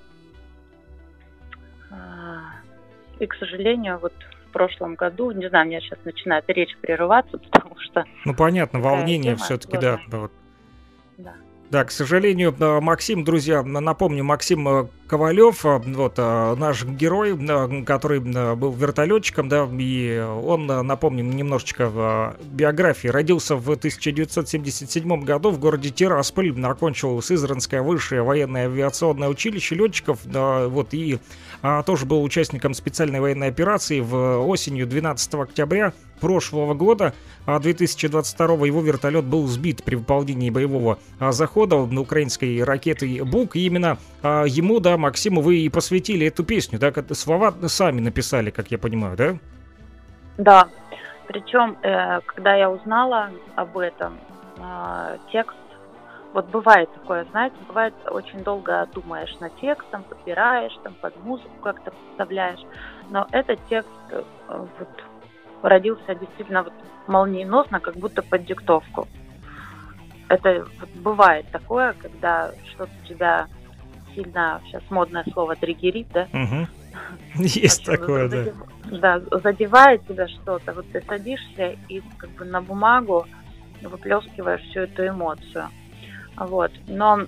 И, к сожалению, вот в прошлом году, не знаю, у меня сейчас начинает речь прерываться, потому что... Ну, понятно, такая волнение тема все-таки, да. сложная. да, вот. Да. Да, к сожалению, э, Максим, друзья, н- напомню, Максим э, Ковалев, э, вот э, наш герой, э, который э, был вертолетчиком, да, и он, э, напомним, немножечко в э, биографии, родился в тысяча девятьсот семьдесят седьмом году в городе Тирасполь, окончил Сызранское высшее военное авиационное училище летчиков, да, вот, и а, тоже был участником специальной военной операции в осенью двенадцатого октября прошлого года, а две тысячи двадцать второго, его вертолет был сбит при выполнении боевого а, захода на украинской ракетой «Бук». И именно а, ему, да, Максиму, вы и посвятили эту песню, да, как- слова сами написали, как я понимаю, да? Да. Причем, э, когда я узнала об этом, э, текст, вот бывает такое, знаете, бывает, очень долго думаешь над текстом, подбираешь, там, под музыку как-то представляешь, но этот текст э, вот, родился действительно вот молниеносно, как будто под диктовку. Это вот бывает такое, когда что-то тебя сильно, сейчас модное слово, триггерит, да? Угу. Есть В общем, такое, да. задев- Да, задевает тебя что-то. Вот ты садишься и как бы на бумагу выплескиваешь всю эту эмоцию. Вот. Но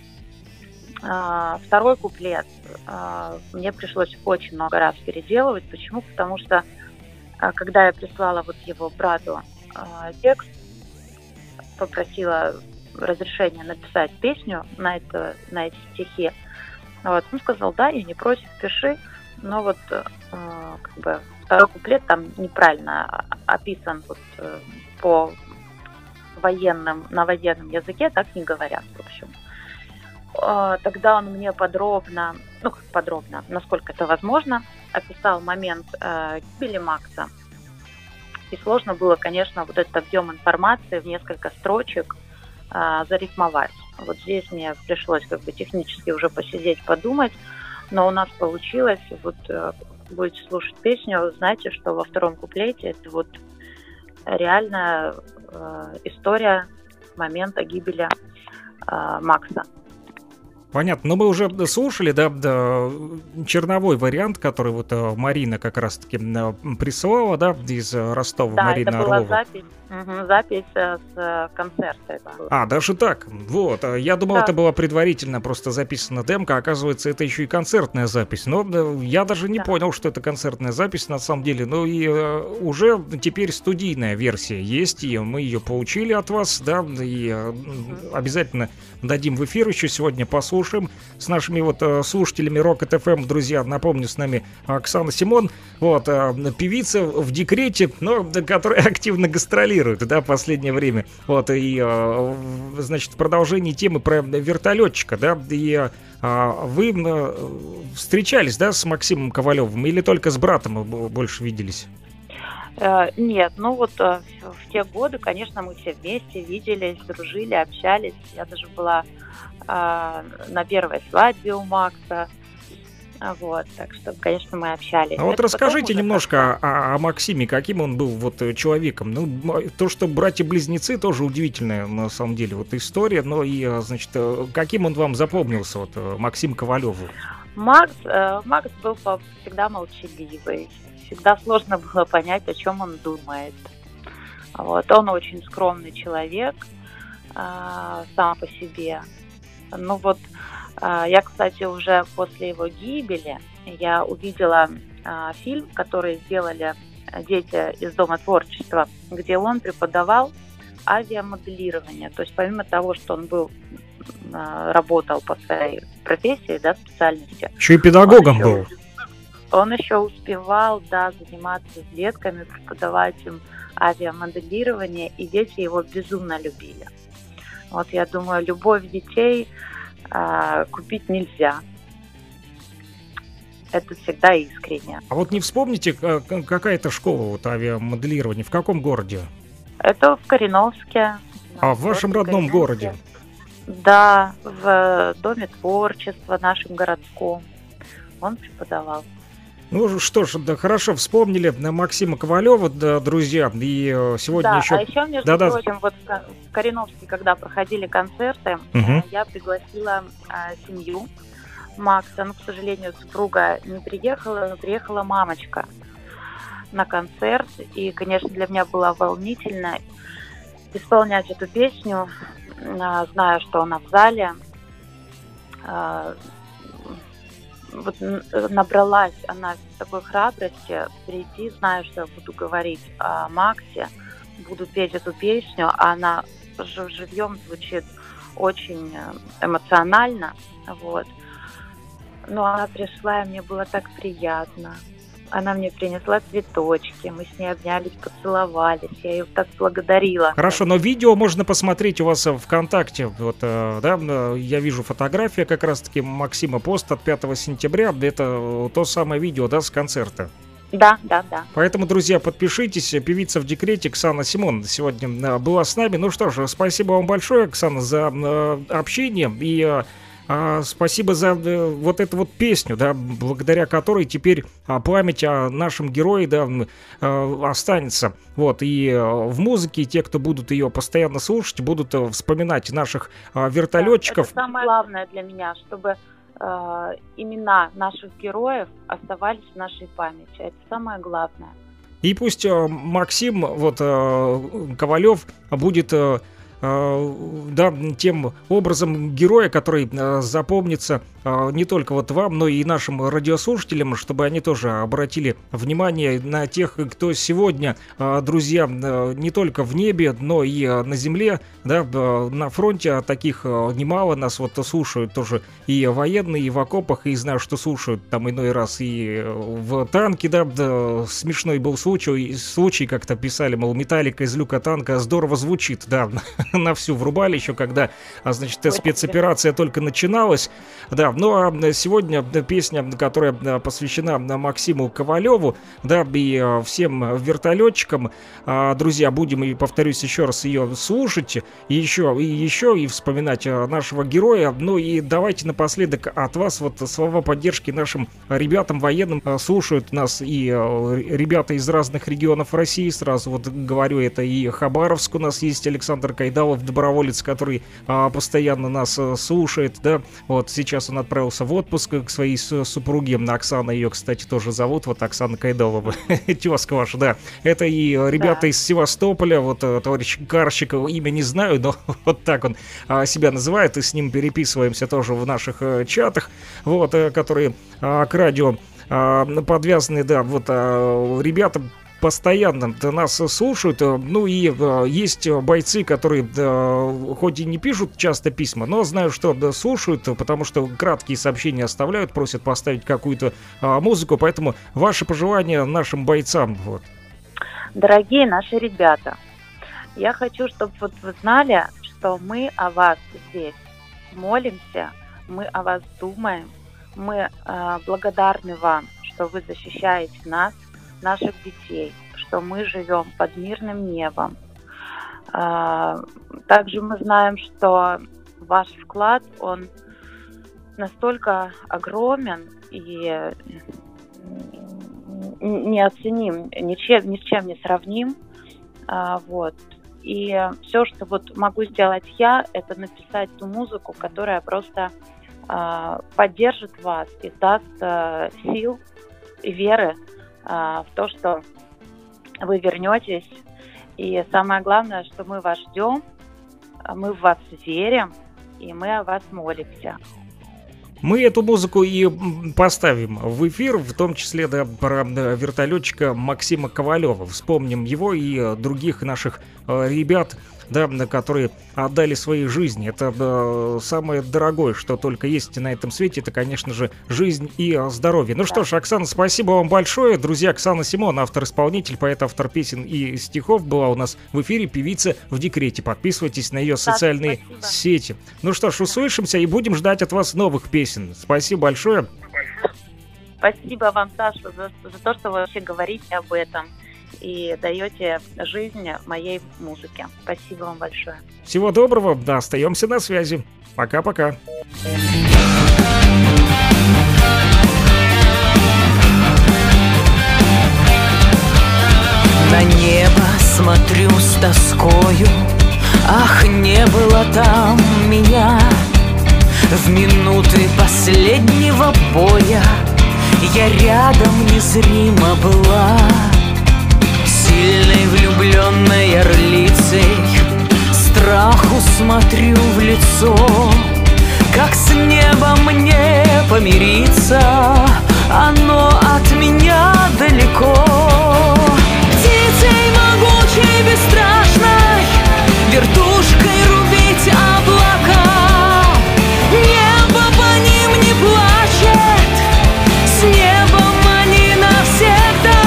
а, второй куплет а, мне пришлось очень много раз переделывать. Почему? Потому что а, когда я прислала вот его брату а, текст, попросила разрешения написать песню на, это, на эти стихи, вот, он сказал, да, я не против, пиши. Но вот э, как бы второй куплет там неправильно описан вот, э, по военным, на военном языке, так не говорят, в общем. Э, тогда он мне подробно, ну как подробно, насколько это возможно, описал момент э, гибели Макса. И сложно было, конечно, вот этот объем информации в несколько строчек э, зарифмовать. Вот здесь мне пришлось как бы технически уже посидеть, подумать, но у нас получилось. Вот э, будете слушать песню, знаете, что во втором куплете это вот реальная э, история момента гибели э, Макса. Понятно, но мы уже слушали, да, да, черновой вариант, который вот э, Марина как раз-таки э, присылала, да, из э, Ростова, Да, Марина это была Орлова. запись, мгм, запись э, с э, концерта. Это было. А, даже так. Вот. а Я думал, Да. это была предварительно просто записана демка, оказывается, это еще и концертная запись. Но э, я даже не Да. понял, что это концертная запись на самом деле. Ну и э, уже теперь студийная версия есть, и мы ее получили от вас, да, и э, обязательно дадим в эфир еще сегодня, послушаем с нашими вот э, слушателями Rocket эф эм, друзья. Напомню, с нами Оксана Симон, вот, э, певица в декрете, но да, которая активно гастролирует, да, в последнее время. Вот, и, э, значит, в продолжении темы про вертолетчика, да, и э, вы э, встречались, да, с Максимом Ковалевым или только с братом б- больше виделись? Э, Нет, ну вот э, в в те годы, конечно, мы все вместе виделись, дружили, общались. Я даже была э, на первой свадьбе у Макса. А, Вот, так что, конечно, мы общались. А вот Это расскажите потом уже немножко о, о Максиме, каким он был вот э, человеком. Ну, м, то, что братья-близнецы, тоже удивительная на самом деле вот история, но и, э, значит, э, каким он вам запомнился, вот, э, Максим Ковалев? Макс, э, Макс был по- всегда молчаливый. Всегда сложно было понять, о чем он думает. Вот, он очень скромный человек а, сам по себе. Ну вот, а, я, кстати, уже после его гибели я увидела а, фильм, который сделали дети из Дома творчества, где он преподавал авиамоделирование. То есть помимо того, что он был а, работал по своей профессии, да, специальности, Еще и педагогом Он был. еще он еще успевал, да, заниматься с детками, преподавать им авиамоделирование, и дети его безумно любили. Вот я думаю, любовь детей а, купить нельзя. Это всегда искренне. А вот не вспомните, к- к- какая это школа вот, авиамоделирования, в каком городе? Это в Кореновске. А в вашем Город родном Кореновске. городе? Да, в Доме творчества нашем городском. он преподавал. Ну что ж, да, хорошо вспомнили на Максима Ковалева, да, друзья, и э, сегодня Да, еще... а еще, между Да-да. прочим, вот в Ка- в Кореновске, когда проходили концерты, Мгм. э, я пригласила э, семью Макса. Ну, к сожалению, супруга не приехала, но приехала мамочка на концерт. И, конечно, для меня было волнительно исполнять эту песню, э, зная, что она в зале. Э, вот н- набралась она такой храбрости прийти, зная, что я буду говорить о Максе, буду петь эту песню, а она жив- живьем звучит очень э, эмоционально, вот. Но она пришла, и мне было так приятно. Она мне принесла цветочки, мы с ней обнялись, поцеловались, я ее так благодарила. Хорошо, но видео можно посмотреть у вас в ВКонтакте. Вот, э, да, э, я вижу фотография как раз-таки Максима, пост от пятого сентября. Это э, то самое видео, да, с концерта. Да, да, да. Поэтому, друзья, подпишитесь. Певица в декрете Оксана Симон сегодня э, была с нами. Ну что ж, спасибо вам большое, Оксана, за э, общение. И э, а, спасибо за э, вот эту вот песню, да, благодаря которой теперь а, память о нашем герое, да, м, э, останется. Вот, и э, в музыке те, кто будут ее постоянно слушать, будут э, вспоминать наших а, вертолетчиков. Это самое главное для меня, чтобы э, имена наших героев оставались в нашей памяти. Это самое главное. И пусть э, Максим, вот, э, Ковалев будет... э, э, да, тем образом героя, который э, запомнится э, не только вот вам, но и нашим радиослушателям, чтобы они тоже обратили внимание на тех, кто сегодня, э, друзья, э, не только в небе, но и э, на земле, да, э, на фронте. А таких э, немало. Нас вот слушают тоже и военные, и в окопах, и знаю, что слушают там иной раз и в танке, да, да. Смешной был случай, случай, как-то писали, мол, Металлика из люка танка здорово звучит, да, на всю врубали еще, когда, а, значит, спецоперация только начиналась, да. Ну а сегодня песня, которая посвящена Максиму Ковалеву, да, и всем вертолетчикам, друзья, будем, и повторюсь еще раз, ее слушать, и еще, и еще, и вспоминать нашего героя. Ну и давайте напоследок от вас вот слова поддержки нашим ребятам военным. Слушают нас и ребята из разных регионов России, сразу вот говорю, это и Хабаровск, у нас есть Александр Кайдалов, доброволец, который а, постоянно нас а, слушает, да, вот сейчас он отправился в отпуск к своей супруге, Оксана ее, кстати, тоже зовут, вот Оксана Кайдалова, тезка ваша, да, это и ребята да. из Севастополя, вот товарищ Карщиков, имя не знаю, но вот так он а, себя называет, и с ним переписываемся тоже в наших а, чатах, вот, а, которые а, к радио а, подвязаны, да, вот а, ребята постоянно нас слушают. Ну и э, есть бойцы, которые э, хоть и не пишут часто письма, но знаю, что да, слушают, потому что краткие сообщения оставляют, просят поставить какую-то э, музыку, поэтому ваши пожелания нашим бойцам. Вот. Дорогие наши ребята, я хочу, чтобы вот вы знали, что мы о вас здесь молимся, мы о вас думаем, мы э, благодарны вам, что вы защищаете нас, наших детей, что мы живем под мирным небом. Также мы знаем, что ваш вклад, он настолько огромен и неоценим, ничем, ни с чем не сравним. Вот. И все, что вот могу сделать я, это написать ту музыку, которая просто поддержит вас и даст сил и веры в то, что вы вернетесь. И самое главное, что мы вас ждем, мы в вас верим, и мы о вас молимся. Мы эту музыку и поставим в эфир, в том числе, да, про вертолетчика Максима Ковалева. Вспомним его и других наших ребят, да, которые отдали свои жизни. Это да, самое дорогое, что только есть на этом свете, это, конечно же, жизнь и здоровье. Ну да. Что ж, Оксана, спасибо вам большое. Друзья, Оксана Симон, автор-исполнитель, поэт, автор песен и стихов, была у нас в эфире, певица в декрете. Подписывайтесь на ее социальные да, сети. Ну что ж, услышимся и будем ждать от вас новых песен. Спасибо большое. Спасибо вам, Саша, за, за то, что вы вообще говорите об этом и даете жизнь моей музыке. Спасибо вам большое. Всего доброго, да, остаемся на связи. Пока-пока. На небо смотрю с тоскою, ах, не было там меня. В минуты последнего боя я рядом незримо была. Сильной влюбленной орлицей страху смотрю в лицо. Как с небом мне помириться, оно от меня далеко. Птицей могучей, бесстрашной, вертушкой рубить облака. Небо по ним не плачет, с небом они навсегда.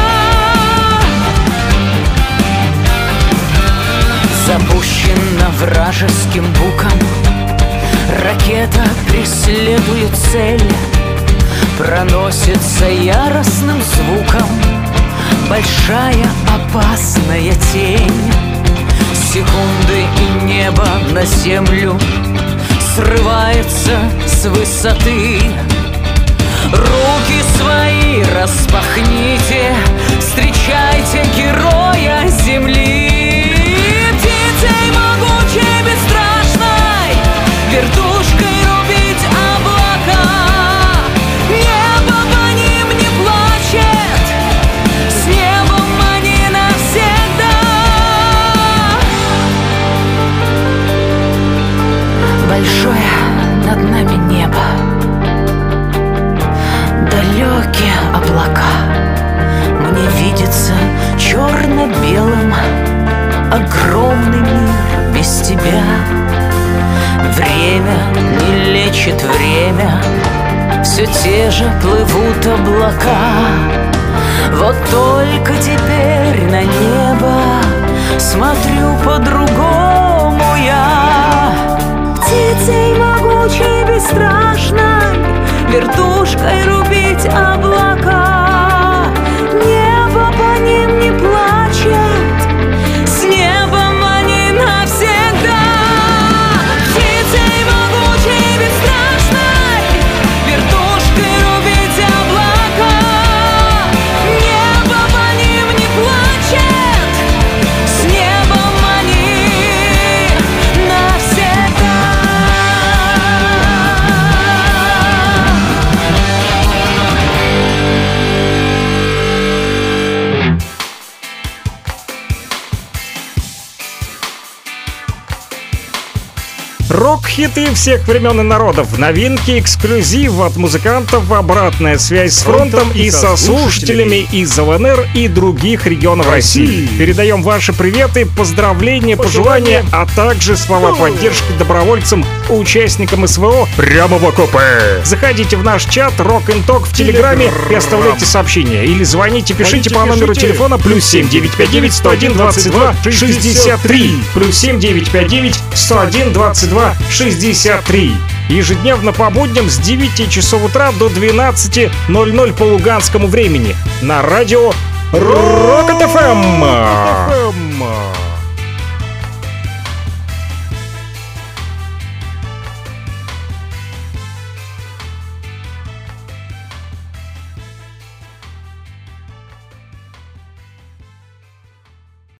Запущена вражеским буком, ракета преследует цель. Проносится яростным звуком большая опасная тень. Секунды, и небо на землю срывается с высоты. Руки свои распахните, встречайте героя земли. Птицей могучей, бесстрашной, вертушкой рубить облака. Небо по ним не плачет, с небом они навсегда. Большое над нами небо, далекие облака. Мне видится черно-белым огромный мир без тебя. Время не лечит время, все те же плывут облака. Вот только теперь на небо смотрю по-другому я. Птицей могучей, бесстрашной, вертушкой рубить облака. Небо по ним не плачет, с небом они навсегда. Птицей могучей, бесстрашной, вертушкой рубить облака. Небо по ним не плачет, с небом они навсегда. Рок-хиты всех времен и народов, новинки, эксклюзив от музыкантов, обратная связь с фронтом и со слушателями из ЛНР и других регионов России. Передаем ваши приветы, поздравления, пожелания, а также слова поддержки добровольцам, участникам СВО прямо в окопы. Заходите в наш чат Rock and Talk в Телеграме и оставляйте сообщения. Или звоните, пишите по номеру телефона плюс семь девятьсот пятьдесят девять сто один двадцать два шестьдесят три. Плюс семь девятьсот пятьдесят девять сто один двадцать два шестьдесят три. Ежедневно по будням с девяти часов утра до двенадцати ноль ноль по луганскому времени на радио Рокет эф эм.